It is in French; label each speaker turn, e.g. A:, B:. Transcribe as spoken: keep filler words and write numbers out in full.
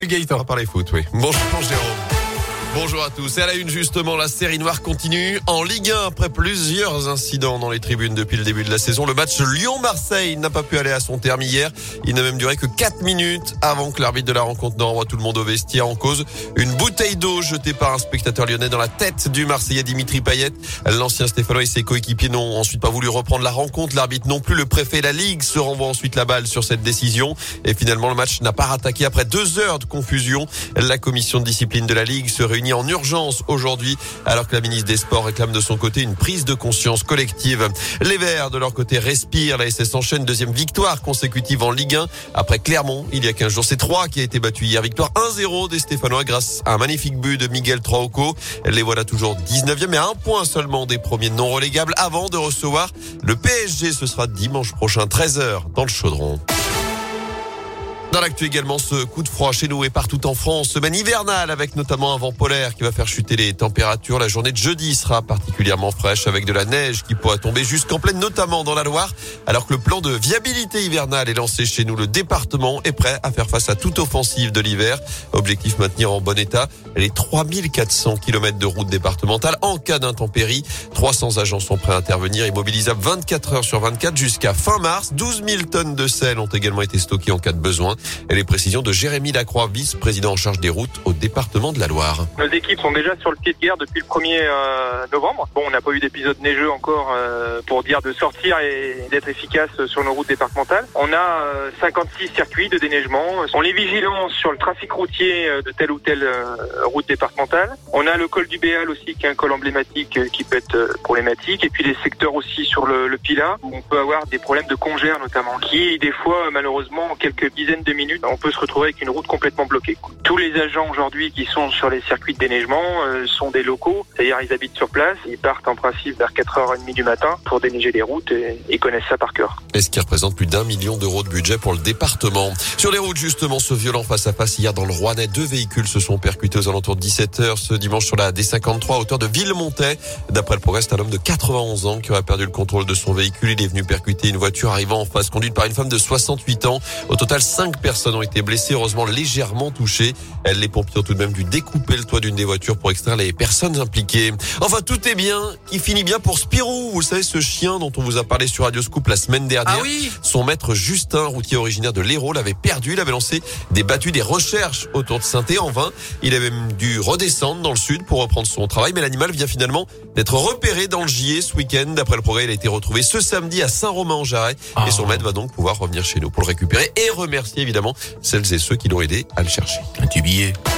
A: Gaëtan.
B: On va parler foot, oui. Bonjour Jérôme. Bonjour à tous. Et à la une, justement, la série noire continue en Ligue un après plusieurs incidents dans les tribunes depuis le début de la saison. Le match Lyon-Marseille n'a pas pu aller à son terme hier. Il n'a même duré que quatre minutes avant que l'arbitre de la rencontre n'envoie tout le monde au vestiaire. En cause, une bouteille d'eau jetée par un spectateur lyonnais dans la tête du Marseillais Dimitri Payet. L'ancien Stéphanois et ses coéquipiers n'ont ensuite pas voulu reprendre la rencontre. L'arbitre non plus. Le préfet et la Ligue se renvoient ensuite la balle sur cette décision. Et finalement, le match n'a pas rattaqué après deux heures de confusion. La commission de discipline de la Ligue se réunit en urgence aujourd'hui, alors que la ministre des Sports réclame de son côté une prise de conscience collective. Les Verts, de leur côté, respirent. La S S enchaîne deuxième victoire consécutive en Ligue un après Clermont il y a quinze jours. C'est Troyes qui a été battu hier. Victoire un zéro des Stéphanois grâce à un magnifique but de Miguel Traoco. Les voilà toujours dix-neuvième et à un point seulement des premiers non relégables avant de recevoir le P S G. Ce sera dimanche prochain, treize heures, dans le Chaudron. Dans l'actu également, ce coup de froid chez nous et partout en France. Semaine hivernale avec notamment un vent polaire qui va faire chuter les températures. La journée de jeudi sera particulièrement fraîche avec de la neige qui pourra tomber jusqu'en pleine, notamment dans la Loire. Alors que le plan de viabilité hivernale est lancé chez nous, le département est prêt à faire face à toute offensive de l'hiver. Objectif, maintenir en bon état les trois mille quatre cents kilomètres de routes départementales en cas d'intempérie. trois cents agents sont prêts à intervenir, immobilisables vingt-quatre heures sur vingt-quatre jusqu'à fin mars. douze mille tonnes de sel ont également été stockées en cas de besoin. Et les précisions de Jérémy Lacroix, vice-président en charge des routes au département de la Loire.
C: Nos équipes sont déjà sur le pied de guerre depuis le premier euh, novembre. Bon, on n'a pas eu d'épisode neigeux encore euh, pour dire de sortir et d'être efficace sur nos routes départementales. On a euh, cinquante-six circuits de déneigement. On est vigilant sur le trafic routier de telle ou telle euh, route départementale. On a le col du Béal aussi, qui est un col emblématique euh, qui peut être euh, problématique. Et puis les secteurs aussi sur le, le Pilat, où on peut avoir des problèmes de congère notamment, qui des fois, malheureusement, en quelques dizaines de minutes, on peut se retrouver avec une route complètement bloquée. Tous les agents aujourd'hui qui sont sur les circuits de déneigement euh, sont des locaux, c'est-à-dire ils habitent sur place, ils partent en principe vers quatre heures trente du matin pour déneiger les routes et ils connaissent ça par cœur.
B: Et ce qui représente plus d'un million d'euros de budget pour le département. Sur les routes, justement, ce violent face-à-face hier dans le Rouennais, deux véhicules se sont percutés aux alentours de dix-sept heures ce dimanche sur la D cinquante-trois à hauteur de Villemontais. D'après le progrès, c'est un homme de quatre-vingt-onze ans qui aurait perdu le contrôle de son véhicule. Il est venu percuter une voiture arrivant en face, conduite par une femme de soixante-huit ans. Au total, cinq personnes ont été blessées, heureusement légèrement touchées. Les pompiers ont tout de même dû découper le toit d'une des voitures pour extraire les personnes impliquées. Enfin, tout est bien, qui finit bien pour Spirou. Vous savez, ce chien dont on vous a parlé sur Radio Scoop la semaine dernière.
A: Ah oui.
B: Son maître Justin, routier originaire de l'Hérault, l'avait perdu. Il avait lancé des battues, des recherches autour de Saint-Thé en vain. Il avait même dû redescendre dans le sud pour reprendre son travail, mais l'animal vient finalement d'être repéré dans le Gier ce week-end. D'après le progrès, il a été retrouvé ce samedi à Saint-Romain-en-Jarret.
A: Ah.
B: Et son maître va donc pouvoir revenir chez nous pour le récupérer et remercier évidemment celles et ceux qui l'ont aidé à le chercher.
A: Un tubier.